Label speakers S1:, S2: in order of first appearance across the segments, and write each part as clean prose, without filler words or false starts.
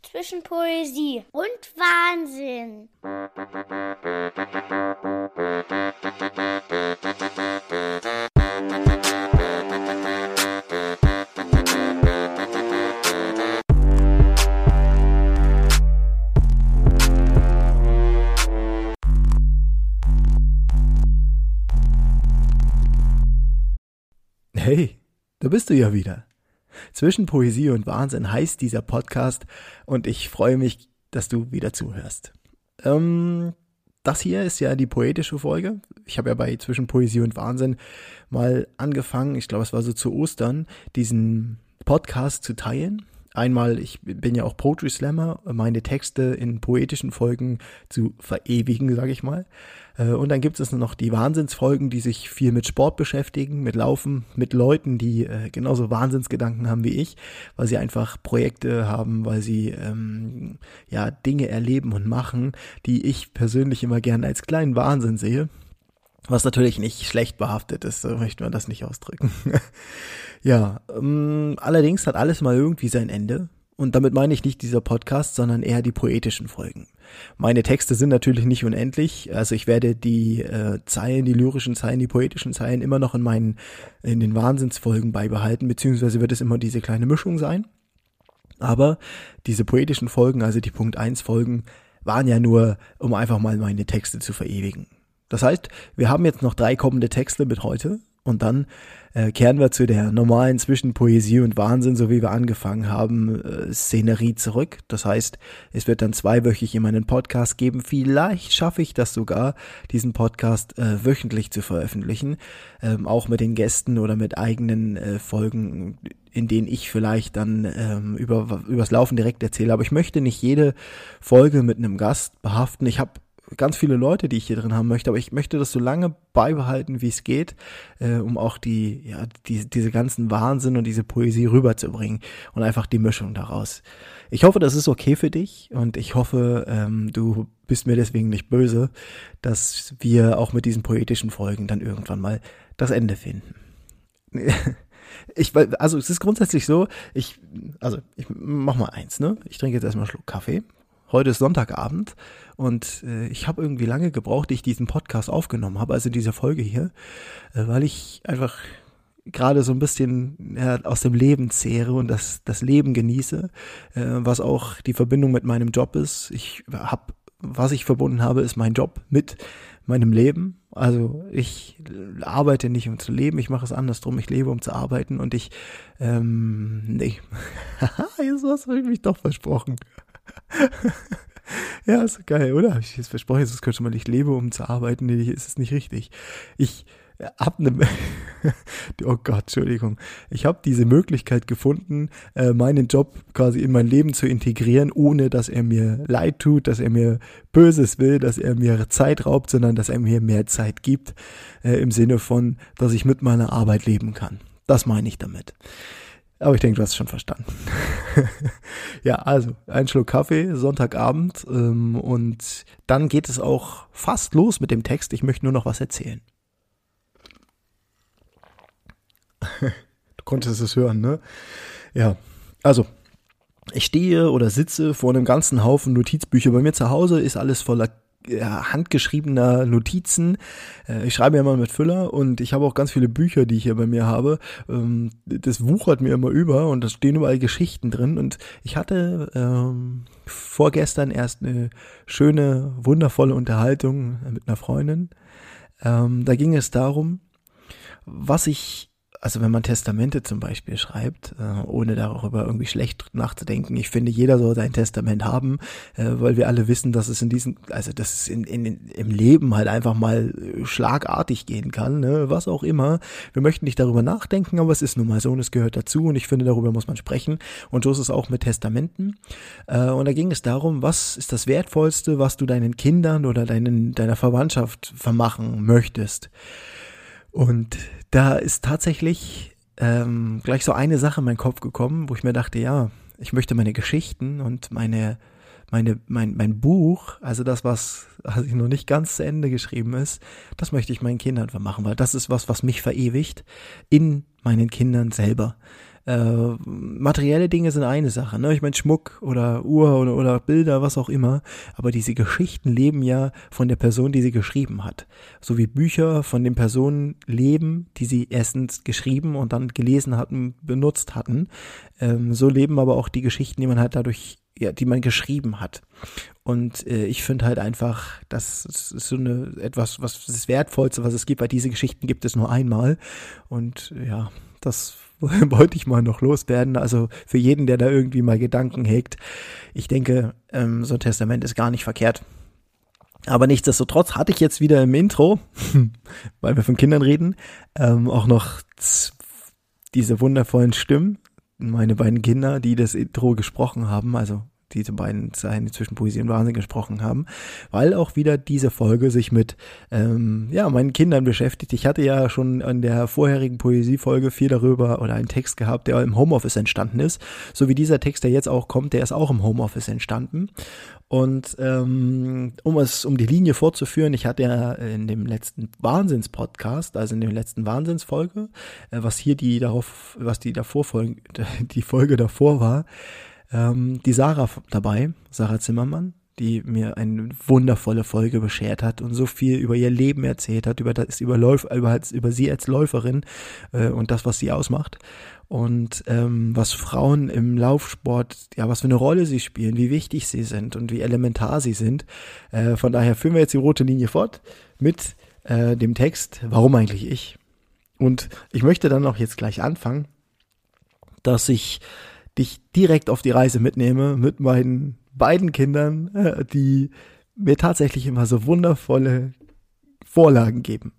S1: zwischen Poesie und Wahnsinn.
S2: Hey, da bist du ja wieder. Zwischen Poesie und Wahnsinn heißt dieser Podcast und ich freue mich, dass du wieder zuhörst. Das hier ist ja die poetische Folge. Ich habe ja bei Zwischen Poesie und Wahnsinn mal angefangen, ich glaube es war so zu Ostern, diesen Podcast zu teilen. Einmal, ich bin ja auch Poetry Slammer, meine Texte in poetischen Folgen zu verewigen, sage ich mal. Und dann gibt es noch die Wahnsinnsfolgen, die sich viel mit Sport beschäftigen, mit Laufen, mit Leuten, die genauso Wahnsinnsgedanken haben wie ich, weil sie einfach Projekte haben, weil sie Dinge erleben und machen, die ich persönlich immer gerne als kleinen Wahnsinn sehe. Was natürlich nicht schlecht behaftet ist, so möchte man das nicht ausdrücken. Ja, allerdings hat alles mal irgendwie sein Ende. Und damit meine ich nicht dieser Podcast, sondern eher die poetischen Folgen. Meine Texte sind natürlich nicht unendlich. Also ich werde die Zeilen, die lyrischen Zeilen, die poetischen Zeilen immer noch in den Wahnsinnsfolgen beibehalten, beziehungsweise wird es immer diese kleine Mischung sein. Aber diese poetischen Folgen, also die Punkt 1 Folgen, waren ja nur, um einfach mal meine Texte zu verewigen. Das heißt, wir haben jetzt noch 3 kommende Texte mit heute und dann kehren wir zu der normalen zwischen Poesie und Wahnsinn, so wie wir angefangen haben, Szenerie zurück. Das heißt, es wird dann 2-wöchig immer einen Podcast geben. Vielleicht schaffe ich das sogar, diesen Podcast wöchentlich zu veröffentlichen, auch mit den Gästen oder mit eigenen Folgen, in denen ich vielleicht dann übers Laufen direkt erzähle. Aber ich möchte nicht jede Folge mit einem Gast behaften. Ich habe ganz viele Leute, die ich hier drin haben möchte, aber ich möchte das so lange beibehalten, wie es geht, um auch diese ganzen Wahnsinn und diese Poesie rüberzubringen und einfach die Mischung daraus. Ich hoffe, das ist okay für dich und ich hoffe, du bist mir deswegen nicht böse, dass wir auch mit diesen poetischen Folgen dann irgendwann mal das Ende finden. Also es ist grundsätzlich so, ich mach mal eins, ne? Ich trinke jetzt erstmal einen Schluck Kaffee. Heute ist Sonntagabend und ich habe irgendwie lange gebraucht, ehe ich diesen Podcast aufgenommen habe, also diese Folge hier, weil ich einfach gerade so ein bisschen aus dem Leben zehre und das Leben genieße, was auch die Verbindung mit meinem Job ist. Was ich verbunden habe, ist mein Job mit meinem Leben. Also ich arbeite nicht, um zu leben, ich mache es andersrum, ich lebe, um zu arbeiten und jetzt hast du mich doch versprochen. Ja, ist geil, oder? Habe ich jetzt versprochen, jetzt könnte mal, ich lebe, um zu arbeiten. Nee, ist es nicht richtig. Ich habe oh Gott, Entschuldigung. Ich habe diese Möglichkeit gefunden, meinen Job quasi in mein Leben zu integrieren, ohne dass er mir leid tut, dass er mir Böses will, dass er mir Zeit raubt, sondern dass er mir mehr Zeit gibt, im Sinne von, dass ich mit meiner Arbeit leben kann. Das meine ich damit. Aber ich denke, du hast es schon verstanden. Ja, also ein Schluck Kaffee, Sonntagabend und dann geht es auch fast los mit dem Text. Ich möchte nur noch was erzählen. Du konntest es hören, ne? Ja, also ich stehe oder sitze vor einem ganzen Haufen Notizbücher. Bei mir zu Hause ist alles voller handgeschriebener Notizen. Ich schreibe ja immer mit Füller und ich habe auch ganz viele Bücher, die ich hier bei mir habe. Das wuchert mir immer über und da stehen überall Geschichten drin und ich hatte vorgestern erst eine schöne, wundervolle Unterhaltung mit einer Freundin. Da ging es darum, also wenn man Testamente zum Beispiel schreibt, ohne darüber irgendwie schlecht nachzudenken, ich finde, jeder soll sein Testament haben, weil wir alle wissen, dass es im Leben halt einfach mal schlagartig gehen kann, ne? Was auch immer. Wir möchten nicht darüber nachdenken, aber es ist nun mal so und es gehört dazu und ich finde, darüber muss man sprechen und so ist es auch mit Testamenten. Und da ging es darum, was ist das Wertvollste, was du deinen Kindern oder deiner Verwandtschaft vermachen möchtest. Und da ist tatsächlich gleich so eine Sache in meinen Kopf gekommen, wo ich mir dachte, ja, ich möchte meine Geschichten und mein Buch, also das, was noch nicht ganz zu Ende geschrieben ist, das möchte ich meinen Kindern vermachen, weil das ist was mich verewigt in meinen Kindern selber. Materielle Dinge sind eine Sache, ne? Ich meine Schmuck oder Uhr oder Bilder, was auch immer, aber diese Geschichten leben ja von der Person, die sie geschrieben hat. So wie Bücher von den Personen leben, die sie erstens geschrieben und dann gelesen hatten, benutzt hatten. So leben aber auch die Geschichten, die man halt dadurch, ja, die man geschrieben hat. Und ich finde halt einfach, das ist so etwas, was das Wertvollste, was es gibt, weil diese Geschichten gibt es nur einmal. Und ja, das wollte ich mal noch loswerden. Also für jeden, der da irgendwie mal Gedanken hegt. Ich denke, so ein Testament ist gar nicht verkehrt. Aber nichtsdestotrotz hatte ich jetzt wieder im Intro, weil wir von Kindern reden, auch noch diese wundervollen Stimmen. Meine beiden Kinder, die das Intro gesprochen haben, also diese beiden Zeilen, die zwischen Poesie und Wahnsinn gesprochen haben, weil auch wieder diese Folge sich mit meinen Kindern beschäftigt. Ich hatte ja schon in der vorherigen Poesiefolge viel darüber oder einen Text gehabt, der im Homeoffice entstanden ist. So wie dieser Text, der jetzt auch kommt, der ist auch im Homeoffice entstanden. Und um die Linie fortzuführen, ich hatte ja in dem letzten Wahnsinns-Podcast, also in der letzten Wahnsinnsfolge, die Folge davor war, die Sarah dabei, Sarah Zimmermann, die mir eine wundervolle Folge beschert hat und so viel über ihr Leben erzählt hat, über sie als Läuferin und das, was sie ausmacht und was Frauen im Laufsport, ja, was für eine Rolle sie spielen, wie wichtig sie sind und wie elementar sie sind. Von daher führen wir jetzt die rote Linie fort mit dem Text, warum eigentlich ich? Und ich möchte dann auch jetzt gleich anfangen, dass ich dich direkt auf die Reise mitnehme mit meinen beiden Kindern, die mir tatsächlich immer so wundervolle Vorlagen geben.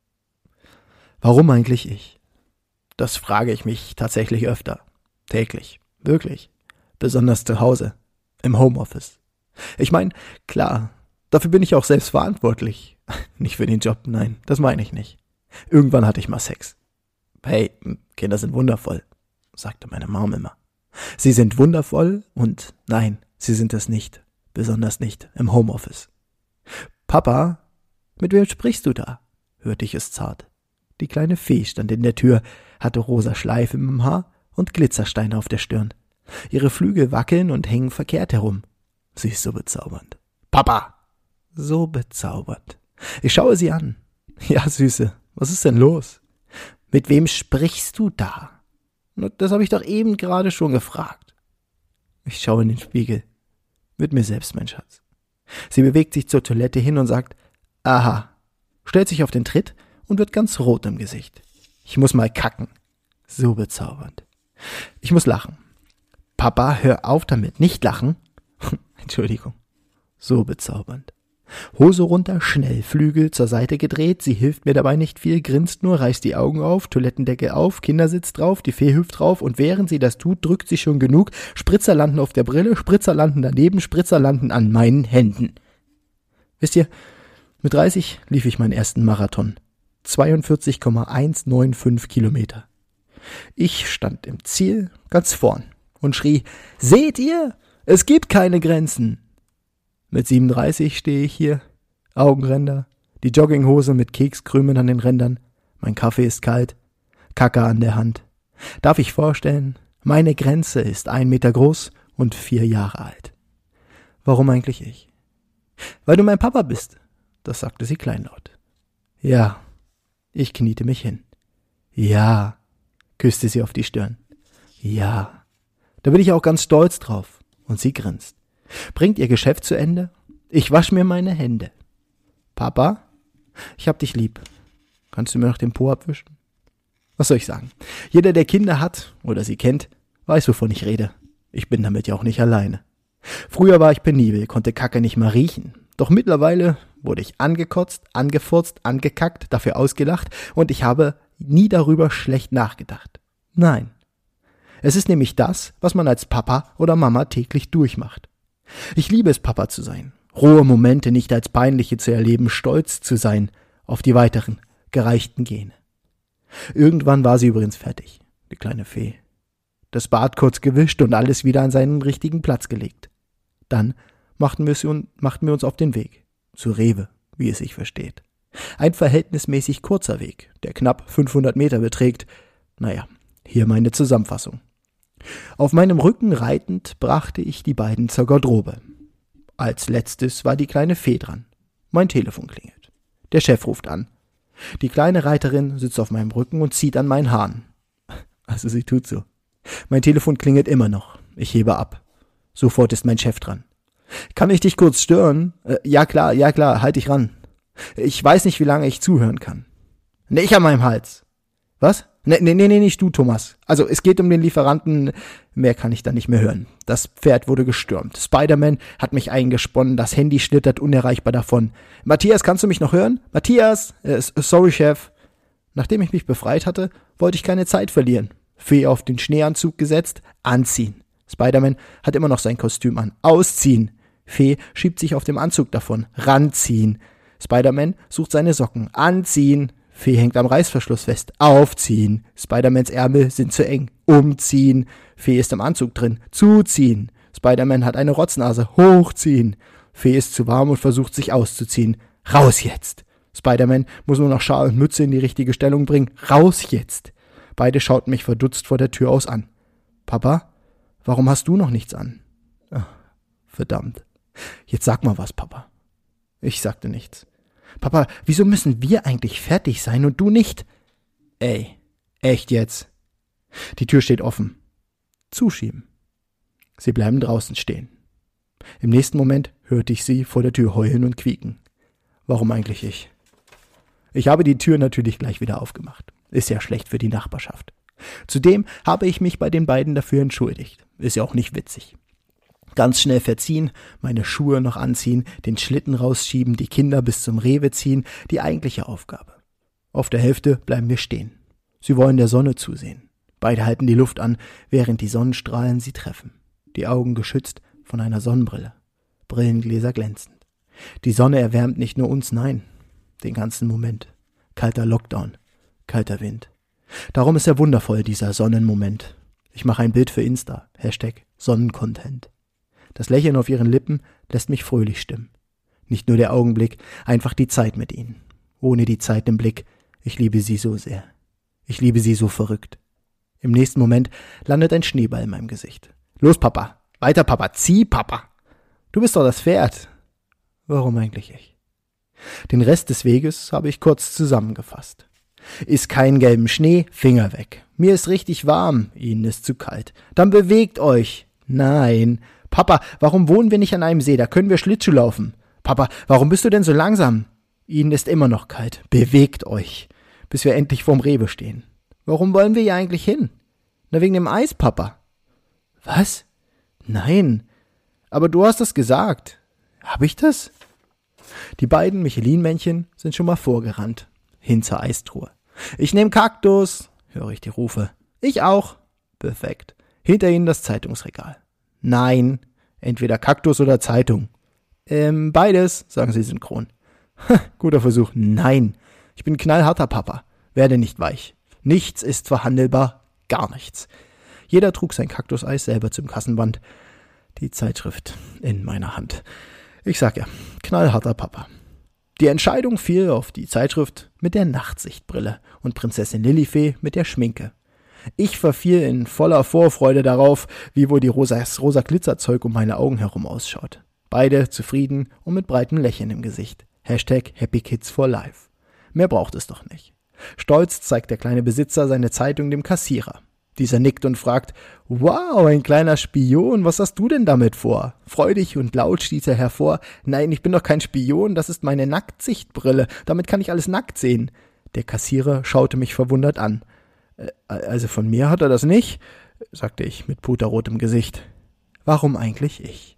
S2: Warum eigentlich ich? Das frage ich mich tatsächlich öfter, täglich, wirklich, besonders zu Hause, im Homeoffice. Ich meine, klar, dafür bin ich auch selbst verantwortlich. Nicht für den Job, nein, das meine ich nicht. Irgendwann hatte ich mal Sex. Hey, Kinder sind wundervoll, sagte meine Mom immer. Sie sind wundervoll und nein, sie sind es nicht, besonders nicht im Homeoffice. Papa, mit wem sprichst du da? Hörte ich es zart. Die kleine Fee stand in der Tür, hatte rosa Schleifen im Haar und Glitzersteine auf der Stirn. Ihre Flügel wackeln und hängen verkehrt herum. Sie ist so bezaubernd. Papa! So bezaubernd. Ich schaue sie an. Ja, Süße, was ist denn los? Mit wem sprichst du da? Das habe ich doch eben gerade schon gefragt. Ich schaue in den Spiegel. Mit mir selbst, mein Schatz. Sie bewegt sich zur Toilette hin und sagt, aha, stellt sich auf den Tritt und wird ganz rot im Gesicht. Ich muss mal kacken. So bezaubernd. Ich muss lachen. Papa, hör auf damit, nicht lachen. Entschuldigung. So bezaubernd. Hose runter, schnell, Flügel zur Seite gedreht, sie hilft mir dabei nicht viel, grinst nur, reißt die Augen auf, Toilettendeckel auf, Kindersitz drauf, die Fee hüpft drauf und während sie das tut, drückt sie schon genug, Spritzer landen auf der Brille, Spritzer landen daneben, Spritzer landen an meinen Händen. Wisst ihr, mit 30 lief ich meinen ersten Marathon. 42,195 Kilometer. Ich stand im Ziel ganz vorn und schrie, seht ihr, es gibt keine Grenzen. Mit 37 stehe ich hier, Augenränder, die Jogginghose mit Kekskrümeln an den Rändern, mein Kaffee ist kalt, Kacke an der Hand. Darf ich vorstellen, meine Grenze ist 1 Meter groß und 4 Jahre alt. Warum eigentlich ich? Weil du mein Papa bist, das sagte sie kleinlaut. Ja, ich kniete mich hin. Ja, küsste sie auf die Stirn. Ja, da bin ich auch ganz stolz drauf. Und sie grinst. Bringt ihr Geschäft zu Ende? Ich wasch mir meine Hände. Papa, ich hab dich lieb. Kannst du mir noch den Po abwischen? Was soll ich sagen? Jeder, der Kinder hat oder sie kennt, weiß, wovon ich rede. Ich bin damit ja auch nicht alleine. Früher war ich penibel, konnte Kacke nicht mal riechen. Doch mittlerweile wurde ich angekotzt, angefurzt, angekackt, dafür ausgelacht und ich habe nie darüber schlecht nachgedacht. Nein. Es ist nämlich das, was man als Papa oder Mama täglich durchmacht. Ich liebe es, Papa zu sein, rohe Momente nicht als peinliche zu erleben, stolz zu sein auf die weiteren, gereichten Gene. Irgendwann war sie übrigens fertig, die kleine Fee. Das Bad kurz gewischt und alles wieder an seinen richtigen Platz gelegt. Dann machten wir uns auf den Weg, zu Rewe, wie es sich versteht. Ein verhältnismäßig kurzer Weg, der knapp 500 Meter beträgt. Naja, Hier meine Zusammenfassung. Auf meinem Rücken reitend brachte ich die beiden zur Garderobe. Als letztes war die kleine Fee dran. Mein Telefon klingelt. Der Chef ruft an. Die kleine Reiterin sitzt auf meinem Rücken und zieht an meinen Haaren. Also sie tut so. Mein Telefon klingelt immer noch. Ich hebe ab. Sofort ist mein Chef dran. Kann ich dich kurz stören? Ja klar, halt dich ran. Ich weiß nicht, wie lange ich zuhören kann. Nicht an meinem Hals. Was? Nee, nicht du, Thomas. Also, es geht um den Lieferanten. Mehr kann ich da nicht mehr hören. Das Pferd wurde gestürmt. Spider-Man hat mich eingesponnen. Das Handy schlittert unerreichbar davon. Matthias, kannst du mich noch hören? Matthias! Sorry, Chef. Nachdem ich mich befreit hatte, wollte ich keine Zeit verlieren. Fee auf den Schneeanzug gesetzt. Anziehen. Spider-Man hat immer noch sein Kostüm an. Ausziehen. Fee schiebt sich auf dem Anzug davon. Ranziehen. Spider-Man sucht seine Socken. Anziehen. Fee hängt am Reißverschluss fest. Aufziehen. Spider-Mans Ärmel sind zu eng. Umziehen. Fee ist im Anzug drin. Zuziehen. Spider-Man hat eine Rotznase. Hochziehen. Fee ist zu warm und versucht sich auszuziehen. Raus jetzt. Spider-Man muss nur noch Schal und Mütze in die richtige Stellung bringen. Raus jetzt. Beide schauten mich verdutzt vor der Tür aus an. Papa, warum hast du noch nichts an? Ach, verdammt. Jetzt sag mal was, Papa. Ich sagte nichts. Papa, wieso müssen wir eigentlich fertig sein und du nicht? Ey, echt jetzt? Die Tür steht offen. Zuschieben. Sie bleiben draußen stehen. Im nächsten Moment hörte ich sie vor der Tür heulen und quieken. Warum eigentlich ich? Ich habe die Tür natürlich gleich wieder aufgemacht. Ist ja schlecht für die Nachbarschaft. Zudem habe ich mich bei den beiden dafür entschuldigt. Ist ja auch nicht witzig. Ganz schnell verziehen, meine Schuhe noch anziehen, den Schlitten rausschieben, die Kinder bis zum Rewe ziehen, die eigentliche Aufgabe. Auf der Hälfte bleiben wir stehen. Sie wollen der Sonne zusehen. Beide halten die Luft an, während die Sonnenstrahlen sie treffen. Die Augen geschützt von einer Sonnenbrille. Brillengläser glänzend. Die Sonne erwärmt nicht nur uns, nein, den ganzen Moment. Kalter Lockdown, kalter Wind. Darum ist er wundervoll, dieser Sonnenmoment. Ich mache ein Bild für Insta, #Sonnencontent. Das Lächeln auf ihren Lippen lässt mich fröhlich stimmen. Nicht nur der Augenblick, einfach die Zeit mit ihnen. Ohne die Zeit im Blick, ich liebe sie so sehr. Ich liebe sie so verrückt. Im nächsten Moment landet ein Schneeball in meinem Gesicht. Los, Papa, weiter, Papa, zieh, Papa. Du bist doch das Pferd. Warum eigentlich ich? Den Rest des Weges habe ich kurz zusammengefasst. Ist kein gelben Schnee, Finger weg. Mir ist richtig warm, Ihnen ist zu kalt. Dann bewegt euch. Nein. Papa, warum wohnen wir nicht an einem See? Da können wir Schlittschuh laufen. Papa, warum bist du denn so langsam? Ihnen ist immer noch kalt. Bewegt euch, bis wir endlich vorm Rewe stehen. Warum wollen wir hier eigentlich hin? Na, wegen dem Eis, Papa. Was? Nein. Aber du hast es gesagt. Hab ich das? Die beiden Michelin-Männchen sind schon mal vorgerannt. Hin zur Eistruhe. Ich nehme Kaktus, höre ich die Rufe. Ich auch. Perfekt. Hinter ihnen das Zeitungsregal. Nein, entweder Kaktus oder Zeitung. Beides, sagen sie synchron. Guter Versuch. Nein, ich bin knallharter Papa. Werde nicht weich. Nichts ist verhandelbar, gar nichts. Jeder trug sein Kaktuseis selber zum Kassenband. Die Zeitschrift in meiner Hand. Ich sag ja, knallharter Papa. Die Entscheidung fiel auf die Zeitschrift mit der Nachtsichtbrille und Prinzessin Lilifee mit der Schminke. Ich verfiel in voller Vorfreude darauf, wie wohl die rosa Glitzerzeug um meine Augen herum ausschaut. Beide zufrieden und mit breitem Lächeln im Gesicht. #HappyKidsForLife. Mehr braucht es doch nicht. Stolz zeigt der kleine Besitzer seine Zeitung dem Kassierer. Dieser nickt und fragt, wow, ein kleiner Spion, was hast du denn damit vor? Freudig und laut stieß er hervor, nein, ich bin doch kein Spion, das ist meine Nacktsichtbrille, damit kann ich alles nackt sehen. Der Kassierer schaute mich verwundert an. Also von mir hat er das nicht, sagte ich mit puterrotem Gesicht. Warum eigentlich ich?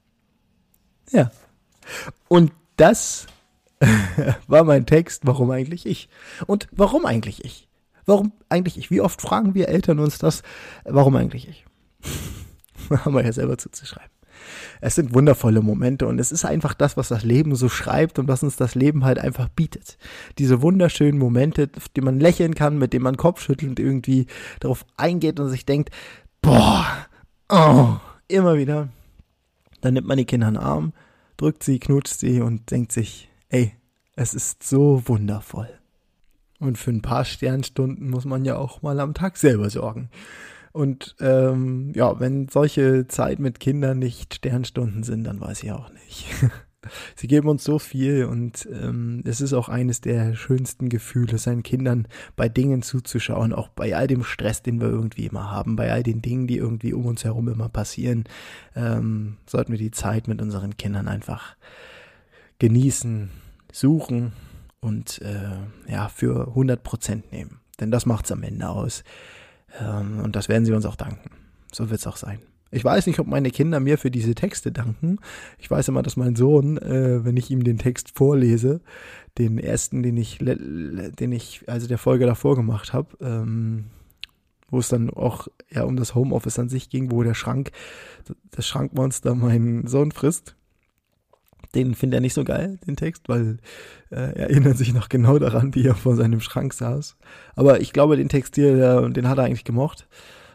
S2: Ja, und das war mein Text, warum eigentlich ich? Und warum eigentlich ich? Warum eigentlich ich? Wie oft fragen wir Eltern uns das? Warum eigentlich ich? Haben wir ja selber zuzuschreiben. Es sind wundervolle Momente und es ist einfach das, was das Leben so schreibt und was uns das Leben halt einfach bietet. Diese wunderschönen Momente, auf die man lächeln kann, mit denen man kopfschüttelnd irgendwie darauf eingeht und sich denkt, boah, oh, immer wieder. Dann nimmt man die Kinder in den Arm, drückt sie, knutscht sie und denkt sich, ey, es ist so wundervoll. Und für ein paar Sternstunden muss man ja auch mal am Tag selber sorgen. Und wenn solche Zeit mit Kindern nicht Sternstunden sind, dann weiß ich auch nicht. Sie geben uns so viel und es ist auch eines der schönsten Gefühle, seinen Kindern bei Dingen zuzuschauen, auch bei all dem Stress, den wir irgendwie immer haben, bei all den Dingen, die irgendwie um uns herum immer passieren, sollten wir die Zeit mit unseren Kindern einfach genießen, suchen und für 100% nehmen. Denn das macht's am Ende aus. Und das werden sie uns auch danken. So wird's auch sein. Ich weiß nicht, ob meine Kinder mir für diese Texte danken. Ich weiß immer, dass mein Sohn, wenn ich ihm den Text vorlese, den ersten, den ich also der Folge davor gemacht habe, wo es dann auch um das Homeoffice an sich ging, wo das Schrankmonster meinen Sohn frisst. Den findet er nicht so geil, den Text, weil er erinnert sich noch genau daran, wie er vor seinem Schrank saß. Aber ich glaube, den Text hier, den hat er eigentlich gemocht.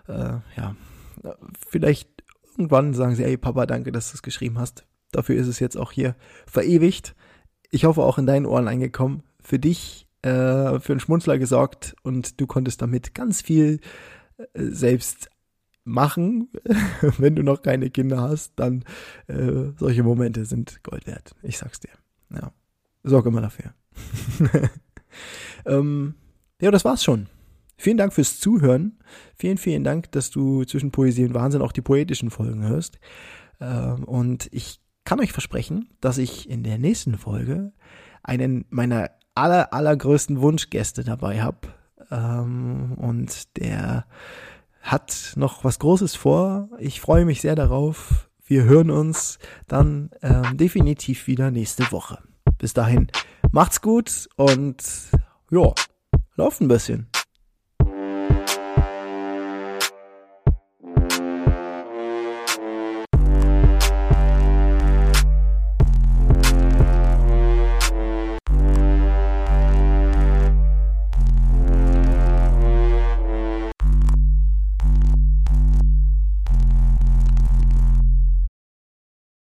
S2: Vielleicht irgendwann sagen sie, ey Papa, danke, dass du es geschrieben hast. Dafür ist es jetzt auch hier verewigt. Ich hoffe auch in deinen Ohren angekommen. Für dich, für einen Schmunzler gesorgt und du konntest damit ganz viel selbst machen. Wenn du noch keine Kinder hast, dann solche Momente sind Gold wert. Ich sag's dir. Ja, sorg immer dafür. Das war's schon. Vielen Dank fürs Zuhören. Vielen, vielen Dank, dass du zwischen Poesie und Wahnsinn auch die poetischen Folgen hörst. Und ich kann euch versprechen, dass ich in der nächsten Folge einen meiner allergrößten Wunschgäste dabei habe. Und der hat noch was Großes vor. Ich freue mich sehr darauf. Wir hören uns dann definitiv wieder nächste Woche. Bis dahin, macht's gut und lauft ein bisschen.